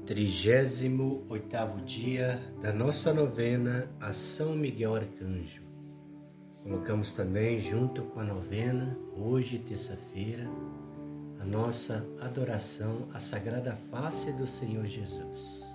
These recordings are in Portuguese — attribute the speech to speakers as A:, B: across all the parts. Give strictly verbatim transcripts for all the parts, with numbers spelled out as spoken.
A: Trigésimo oitavo dia da nossa novena a São Miguel Arcanjo. Colocamos também, junto com a novena, hoje, terça-feira, a nossa adoração à Sagrada Face do Senhor Jesus.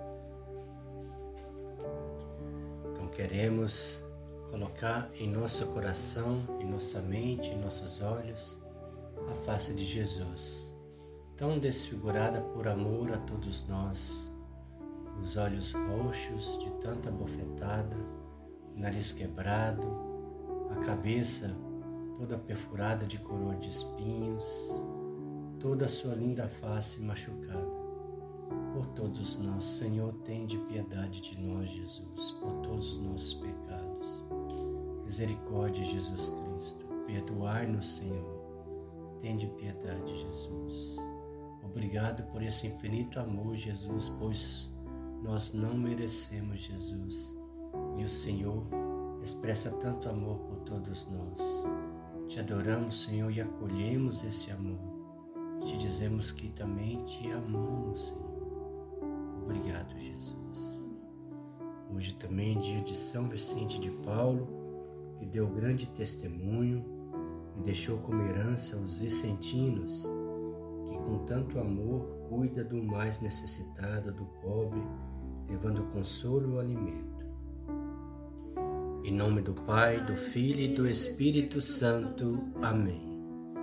A: Então queremos colocar em nosso coração, em nossa mente, em nossos olhos, a face de Jesus, tão desfigurada por amor a todos nós, os olhos roxos de tanta bofetada, nariz quebrado, a cabeça toda perfurada de coroa de espinhos, toda a sua linda face machucada. Por todos nós, Senhor, tende piedade de nós, Jesus, por todos os nossos pecados. Misericórdia, Jesus Cristo, perdoai-nos, Senhor, tende piedade, Jesus. Obrigado por esse infinito amor, Jesus, pois nós não merecemos, Jesus. E o Senhor expressa tanto amor por todos nós. Te adoramos, Senhor, e acolhemos esse amor. Te dizemos que também te amamos, Senhor. Obrigado, Jesus. Hoje também é dia de São Vicente de Paulo, que deu grande testemunho e deixou como herança os vicentinos, que com tanto amor cuida do mais necessitado, do pobre, levando consolo e o alimento. Em nome do Pai, do Filho e do Espírito Santo. Amém.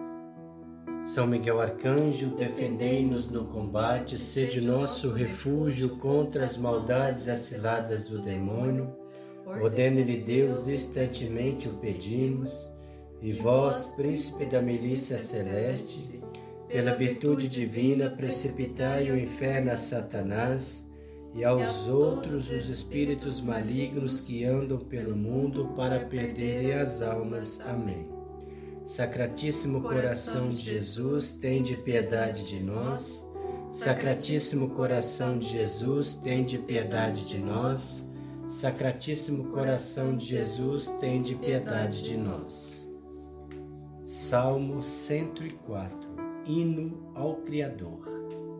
A: São Miguel Arcanjo, defendei-nos no combate, sede nosso refúgio contra as maldades e as ciladas do demônio. Ordene-lhe Deus, instantemente o pedimos, e vós, príncipe da milícia celeste, pela virtude divina, precipitai o inferno a Satanás e aos outros os espíritos malignos que andam pelo mundo para perderem as almas. Amém. Sacratíssimo coração de Jesus, tende piedade de nós. Sacratíssimo coração de Jesus, tende piedade de nós. Sacratíssimo coração de Jesus, tende piedade de nós. Salmo cento e quatro. Hino ao Criador.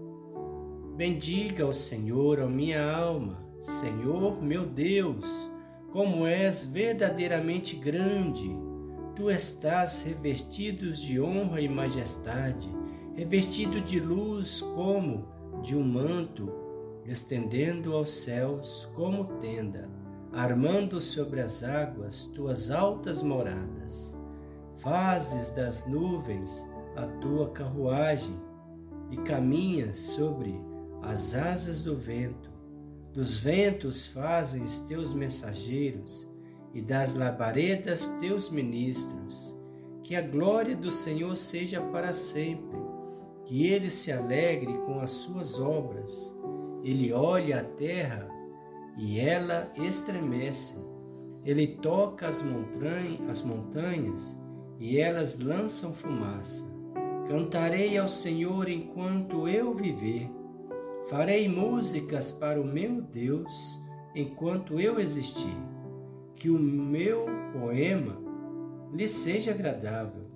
A: Bendiga ao Senhor, a minha alma. Senhor, meu Deus, como és verdadeiramente grande. Tu estás revestido de honra e majestade, revestido de luz como de um manto, estendendo aos céus como tenda, armando sobre as águas tuas altas moradas. Fazes das nuvens a tua carruagem e caminhas sobre as asas do vento. Dos ventos fazes teus mensageiros e das labaredas teus ministros. Que a glória do Senhor seja para sempre, que ele se alegre com as suas obras. Ele olha a terra e ela estremece. Ele toca as montanhas, as montanhas e elas lançam fumaça. Cantarei ao Senhor enquanto eu viver. Farei músicas para o meu Deus enquanto eu existir. Que o meu poema lhe seja agradável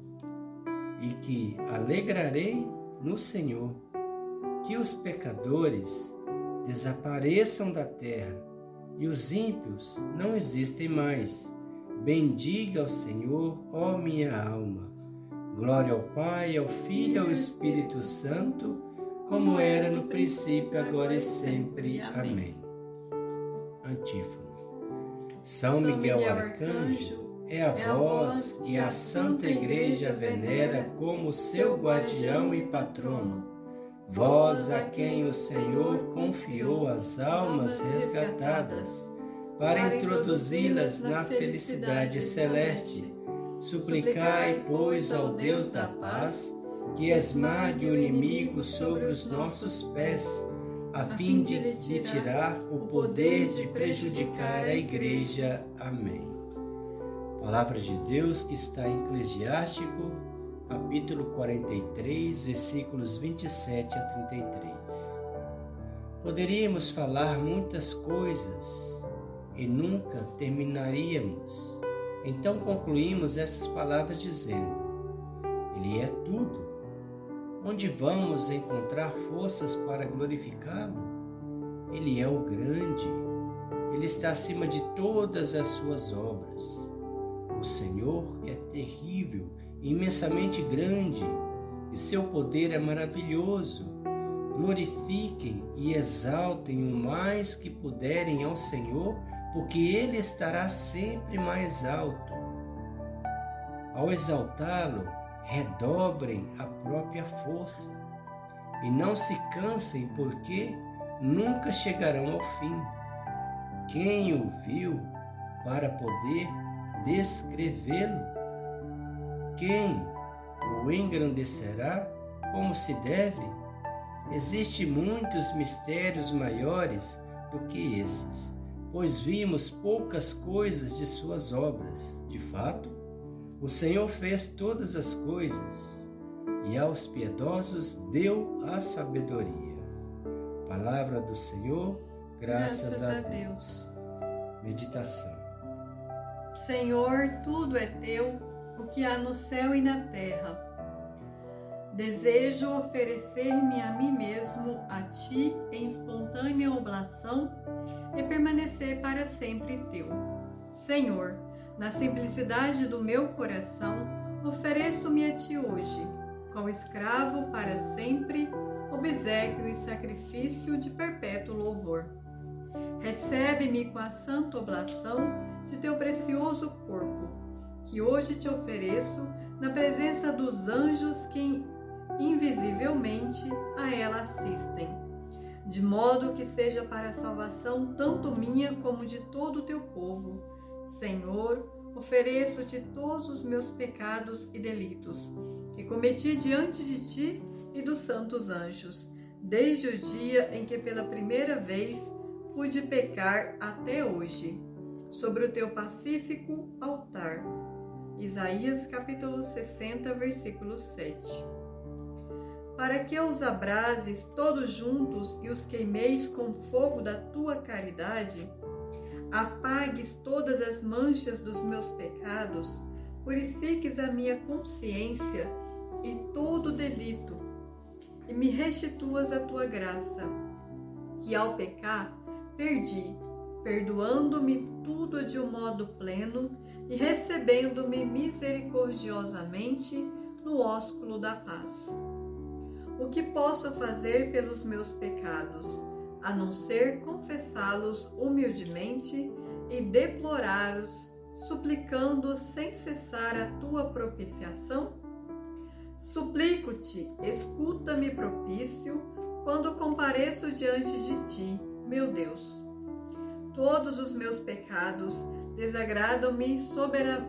A: e que alegrarei no Senhor. Que os pecadores desapareçam da terra e os ímpios não existem mais. Bendiga ao Senhor, ó minha alma. Glória ao Pai, ao Filho e ao Espírito Santo, como era no princípio, agora e sempre. Amém. Antífona. São Miguel Arcanjo é a voz que a Santa Igreja venera como seu guardião e patrono. Vós a quem o Senhor confiou as almas resgatadas, para introduzi-las na felicidade celeste. Suplicai, pois, ao Deus da paz, que esmague o inimigo sobre os nossos pés, a fim de lhe tirar o poder de prejudicar a Igreja. Amém. Palavra de Deus que está em Eclesiástico, capítulo quarenta e três, versículos vinte e sete a trinta e três. Poderíamos falar muitas coisas e nunca terminaríamos. Então concluímos essas palavras dizendo: Ele é tudo. Onde vamos encontrar forças para glorificá-lo? Ele é o grande. Ele está acima de todas as suas obras. O Senhor é terrível, imensamente grande, e seu poder é maravilhoso. Glorifiquem e exaltem o mais que puderem ao Senhor, porque Ele estará sempre mais alto. Ao exaltá-lo, redobrem a própria força, e não se cansem, porque nunca chegarão ao fim. Quem o viu para poder descrevê-lo? Quem o engrandecerá como se deve? Existem muitos mistérios maiores do que esses, pois vimos poucas coisas de suas obras. De fato, o Senhor fez todas as coisas, e aos piedosos deu a sabedoria. Palavra do Senhor, graças, graças a, a Deus. Deus. Meditação.
B: Senhor, tudo é teu, o que há no céu e na terra. Desejo oferecer-me a mim mesmo, a ti, em espontânea oblação, e permanecer para sempre teu. Senhor, na simplicidade do meu coração, ofereço-me a ti hoje, qual escravo para sempre, obséquio e sacrifício de perpétuo louvor. Recebe-me com a santa oblação de teu precioso corpo, que hoje te ofereço na presença dos anjos que invisivelmente a ela assistem, de modo que seja para a salvação tanto minha como de todo o teu povo. Senhor, ofereço-te todos os meus pecados e delitos, que cometi diante de ti e dos santos anjos, desde o dia em que pela primeira vez pude pecar até hoje, sobre o teu pacífico altar. Isaías capítulo sessenta, versículo sete. Para que os abrases todos juntos e os queimeis com fogo da tua caridade, apagues todas as manchas dos meus pecados, purifiques a minha consciência e todo delito, e me restituas a tua graça, que ao pecar perdi, perdoando-me tudo de um modo pleno e recebendo-me misericordiosamente no ósculo da paz. O que posso fazer pelos meus pecados, a não ser confessá-los humildemente e deplorá-los, suplicando sem cessar a tua propiciação? Suplico-te, escuta-me propício, quando compareço diante de ti, meu Deus. Todos os meus pecados desagradam-me sobremaneira.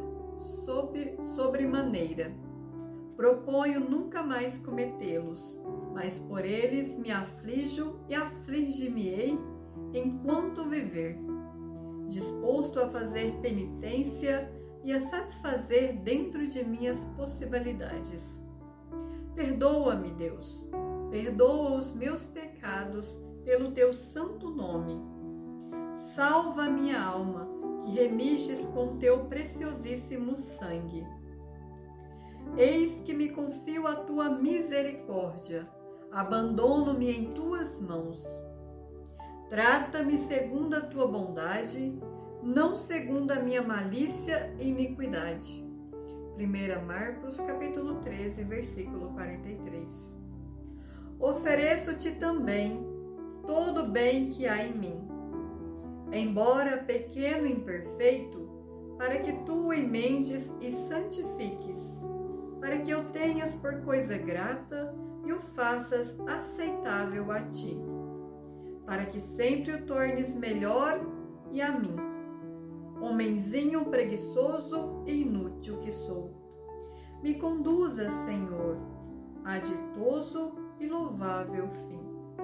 B: Proponho nunca mais cometê-los, mas por eles me aflijo e afligir-me-ei enquanto viver, disposto a fazer penitência e a satisfazer dentro de minhas possibilidades. Perdoa-me, Deus, perdoa os meus pecados pelo teu santo nome. Salva a minha alma, que remistes com teu preciosíssimo sangue. Eis que me confio a tua misericórdia, abandono-me em tuas mãos. Trata-me segundo a tua bondade, não segundo a minha malícia e iniquidade. primeira Marcos, capítulo treze, versículo quarenta e três. Ofereço-te também todo o bem que há em mim, embora pequeno e imperfeito, para que tu o emendes e santifiques, para que o tenhas por coisa grata e o faças aceitável a ti, para que sempre o tornes melhor e a mim, homenzinho preguiçoso e inútil que sou. Me conduza, Senhor, a ditoso e louvável fim.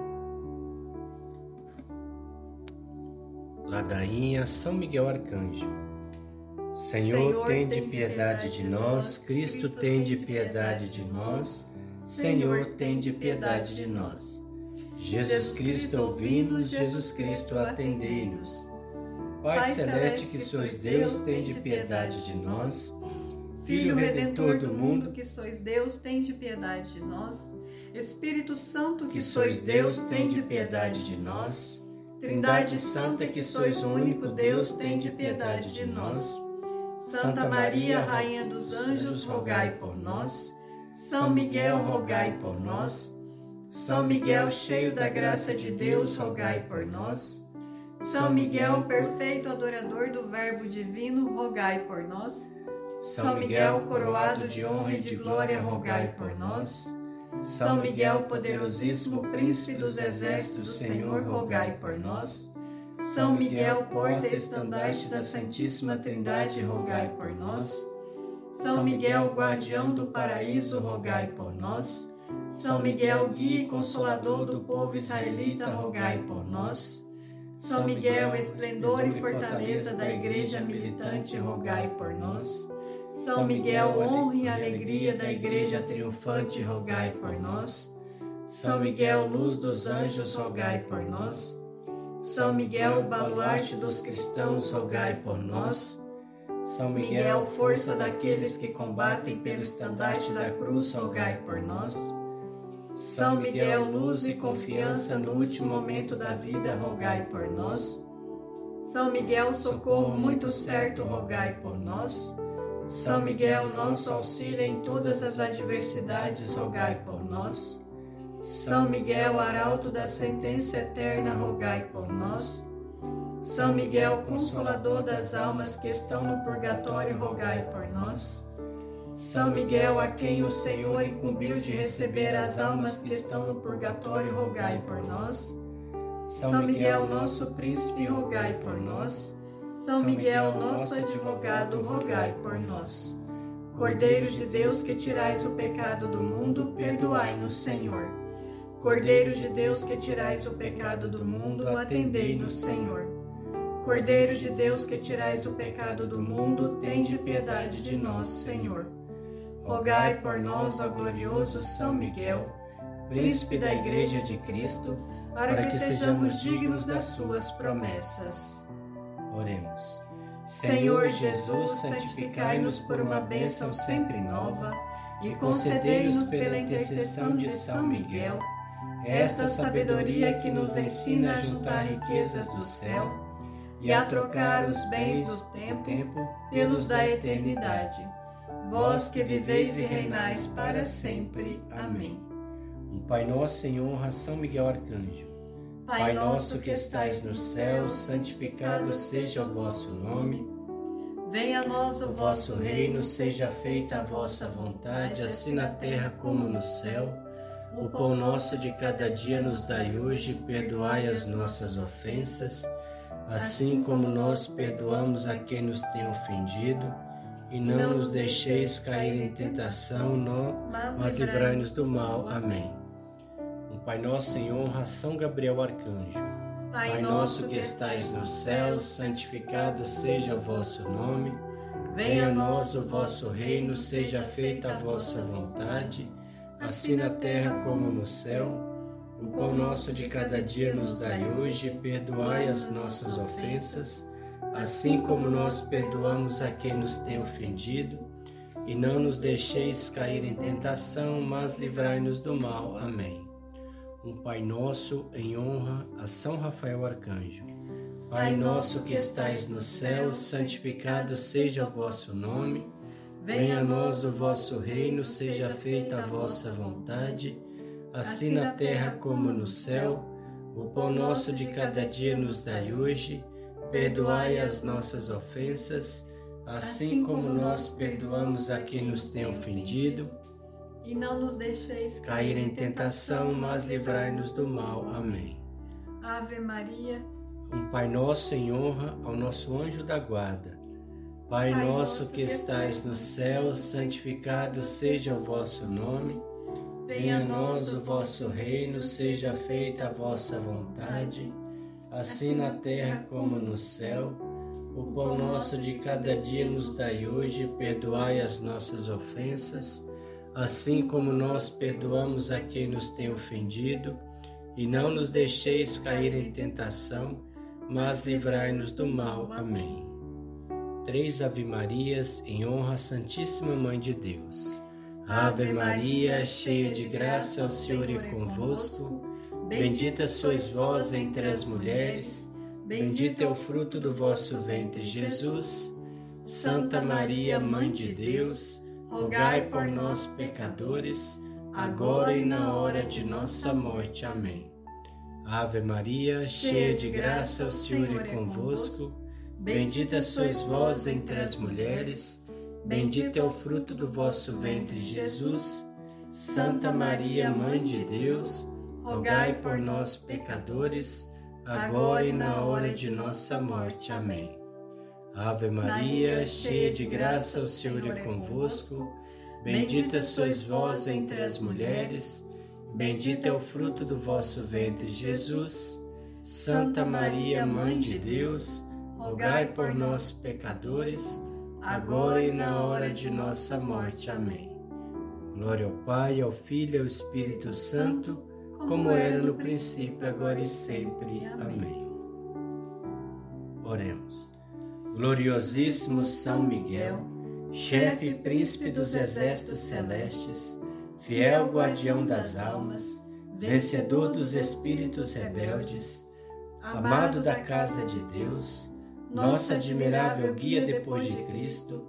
A: Ladainha São Miguel Arcanjo. Senhor, Senhor tende piedade de nós, Cristo tende piedade de nós, Senhor tende piedade de nós. Jesus Cristo ouvi-nos, Jesus Cristo atendei-nos. Pai celeste que sois Deus, tende piedade de nós.
B: Filho Redentor do mundo que sois Deus, tende piedade de nós. Espírito Santo que sois Deus, tende piedade de nós.
A: Trindade Santa, que sois o único Deus, tende piedade de nós. Santa Maria, Rainha dos Anjos, rogai por nós. São Miguel, rogai por nós. São Miguel, cheio da graça de Deus, rogai por nós.
B: São Miguel, perfeito adorador do Verbo divino, rogai por nós.
A: São Miguel, coroado de honra e de glória, rogai por nós. São Miguel, poderosíssimo príncipe dos exércitos do Senhor, rogai por nós. São Miguel, porta e estandarte da Santíssima Trindade, rogai por nós. São Miguel, guardião do paraíso, rogai por nós. São Miguel, guia e consolador do povo israelita, rogai por nós. São Miguel, esplendor e fortaleza da igreja militante, rogai por nós. São Miguel, honra e alegria da igreja triunfante, rogai por nós. São Miguel, luz dos anjos, rogai por nós. São Miguel, baluarte dos cristãos, rogai por nós. São Miguel, força daqueles que combatem pelo estandarte da cruz, rogai por nós. São Miguel, luz e confiança no último momento da vida, rogai por nós. São Miguel, socorro muito certo, rogai por nós. São Miguel, nosso auxílio em todas as adversidades, rogai por nós. São Miguel, arauto da sentença eterna, rogai por nós. São Miguel, consolador das almas que estão no purgatório, rogai por nós. São Miguel, a quem o Senhor incumbiu de receber as almas que estão no purgatório, rogai por nós. São Miguel, nosso príncipe, rogai por nós. São Miguel, nosso advogado, rogai por nós. Cordeiro de Deus, que tirais o pecado do mundo, perdoai-nos, Senhor. Cordeiro de Deus, que tirais o pecado do mundo, atendei-nos, Senhor. Cordeiro de Deus, que tirais o pecado do mundo, tende piedade de nós, Senhor. Rogai por nós, ó glorioso São Miguel, príncipe da Igreja de Cristo, para, para que, que sejamos dignos das suas promessas. Oremos. Senhor Jesus, santificai-nos por uma bênção sempre nova e concedei-nos pela intercessão de São Miguel esta sabedoria que nos ensina a juntar riquezas do céu e a trocar os bens do tempo pelos da eternidade. Vós que viveis e reinais para sempre. Amém. Um Pai Nosso em honra a São Miguel Arcanjo. Pai nosso que estais no céu, santificado seja o vosso nome.
B: Venha a nós
A: o vosso reino, seja feita a vossa vontade, assim na terra como no céu. O pão nosso de cada dia nos dai hoje, perdoai as nossas ofensas, assim como nós perdoamos a quem nos tem ofendido. E não nos deixeis cair em tentação, mas livrai-nos do mal. Amém. Pai Nosso em honra a São Gabriel Arcanjo.
B: Pai,
A: Pai nosso que estais no céu, santificado seja o vosso nome. Venha a nós o vosso reino, seja feita a vossa vontade, assim na terra como no céu. O pão nosso de cada dia nos dai hoje, perdoai as nossas ofensas, assim como nós perdoamos a quem nos tem ofendido. E não nos deixeis cair em tentação, mas livrai-nos do mal. Amém. Um Pai Nosso em honra a São Rafael Arcanjo. Pai nosso que estais no céu, santificado seja o vosso nome. Venha a nós o vosso reino, seja feita a vossa vontade, assim na terra como no céu. O pão nosso de cada dia nos dai hoje, perdoai as nossas ofensas, assim como nós perdoamos a quem nos tem ofendido.
B: E não nos deixeis
A: cair em tentação, mas livrai-nos do mal. Amém.
B: Ave Maria.
A: Um Pai Nosso em honra ao nosso anjo da guarda. Pai, Pai nosso que estais no céu, santificado seja o vosso nome. Venha a nós o vosso reino, seja feita a vossa vontade, assim na terra como no céu. O pão nosso de cada dia nos dai hoje, perdoai as nossas ofensas, assim como nós perdoamos a quem nos tem ofendido, e não nos deixeis cair em tentação, mas livrai-nos do mal. Amém. Três Ave Marias em honra à Santíssima Mãe de Deus. Ave Maria, cheia de graça, o Senhor é convosco. Bendita sois vós entre as mulheres, bendito é o fruto do vosso ventre, Jesus. Santa Maria, Mãe de Deus, rogai por nós, pecadores, agora e na hora de nossa morte. Amém. Ave Maria, cheia de graça, o Senhor é convosco. Bendita sois vós entre as mulheres, bendito é o fruto do vosso ventre, Jesus. Santa Maria, Mãe de Deus, rogai por nós, pecadores, agora e na hora de nossa morte. Amém. Ave Maria, cheia de graça, o Senhor é convosco. Bendita sois vós entre as mulheres, bendito é o fruto do vosso ventre, Jesus. Santa Maria, Mãe de Deus, rogai por nós, pecadores, agora e na hora de nossa morte. Amém. Glória ao Pai, ao Filho e ao Espírito Santo, como era no princípio, agora e sempre. Amém. Oremos. Gloriosíssimo São Miguel, chefe e príncipe dos exércitos celestes, fiel guardião das almas, vencedor dos espíritos rebeldes, amado da casa de Deus, nossa admirável guia depois de Cristo,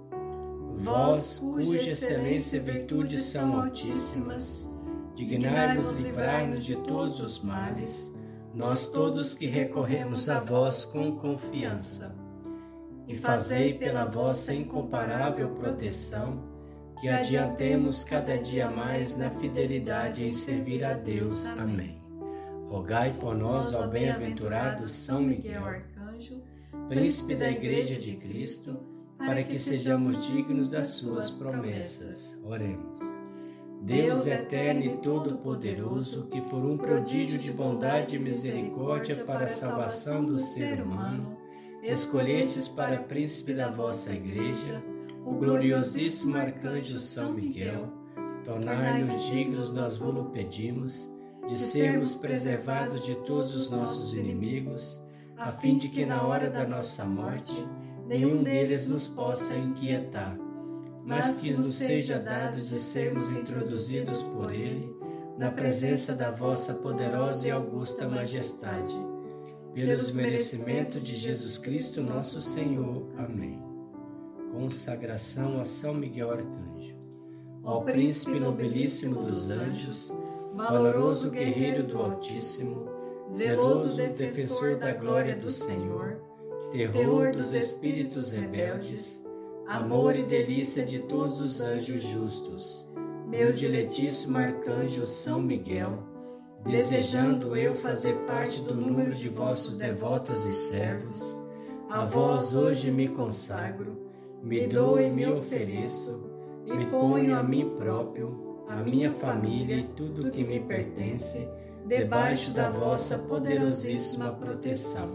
A: vós, cuja excelência e virtude são altíssimas, dignai-vos livrai-nos de todos os males, nós todos que recorremos a vós com confiança. E fazei pela vossa incomparável proteção que adiantemos cada dia mais na fidelidade em servir a Deus. Amém. Rogai por nós, ó bem-aventurado São Miguel Arcanjo, príncipe da Igreja de Cristo, para que sejamos dignos das suas promessas. Oremos. Deus eterno e todo-poderoso, que por um prodígio de bondade e misericórdia para a salvação do ser humano, escolhestes para príncipe da vossa Igreja o gloriosíssimo Arcanjo São Miguel, tornai-nos dignos, nós vos pedimos, de sermos preservados de todos os nossos inimigos, a fim de que na hora da nossa morte nenhum deles nos possa inquietar, mas que nos seja dado de sermos introduzidos por ele na presença da vossa poderosa e augusta majestade, pelos merecimentos de Jesus Cristo nosso Senhor. Amém. Consagração a São Miguel Arcanjo. Ó príncipe nobilíssimo dos anjos, valoroso guerreiro do Altíssimo, zeloso defensor da glória do Senhor, terror dos espíritos rebeldes, amor e delícia de todos os anjos justos, meu diletíssimo Arcanjo São Miguel, desejando eu fazer parte do número de vossos devotos e servos, a vós hoje me consagro, me dou e me ofereço, e ponho a mim próprio, a minha família e tudo que me pertence, debaixo da vossa poderosíssima proteção.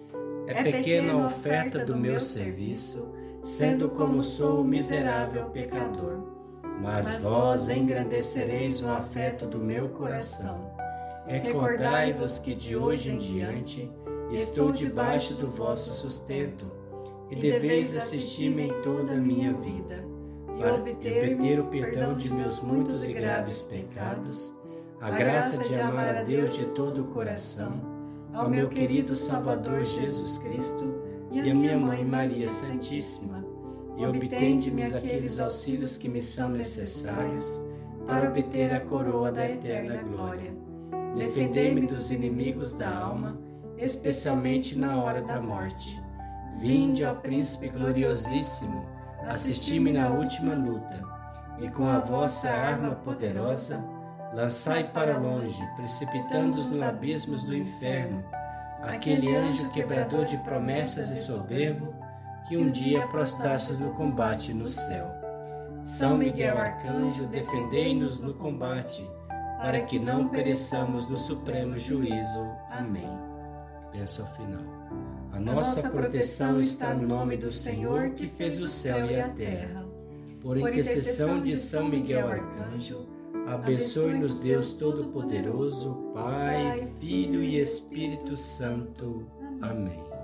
A: É pequena a oferta do meu serviço, sendo como sou miserável pecador, mas vós engrandecereis o afeto do meu coração. Recordai-vos que de hoje em diante estou debaixo do vosso sustento e deveis assistir-me em toda a minha vida, para obter o perdão de meus muitos e graves pecados, a graça de amar a Deus de todo o coração, ao meu querido Salvador Jesus Cristo e a minha Mãe Maria Santíssima, e obtende-me aqueles auxílios que me são necessários para obter a coroa da eterna glória. Defendei-me dos inimigos da alma, especialmente na hora da morte. Vinde, ó Príncipe gloriosíssimo, assisti-me na última luta, e com a vossa arma poderosa, lançai para longe, precipitando-os nos abismos do inferno, aquele anjo quebrador de promessas e soberbo, que um dia prostastes no combate no céu. São Miguel Arcanjo, defendei-nos no combate, para que não pereçamos no supremo juízo. Amém. Bênção final. A nossa proteção está no nome do Senhor, que fez o céu e a terra. Por intercessão de São Miguel Arcanjo, abençoe-nos Deus Todo-Poderoso, Pai, Filho e Espírito Santo. Amém.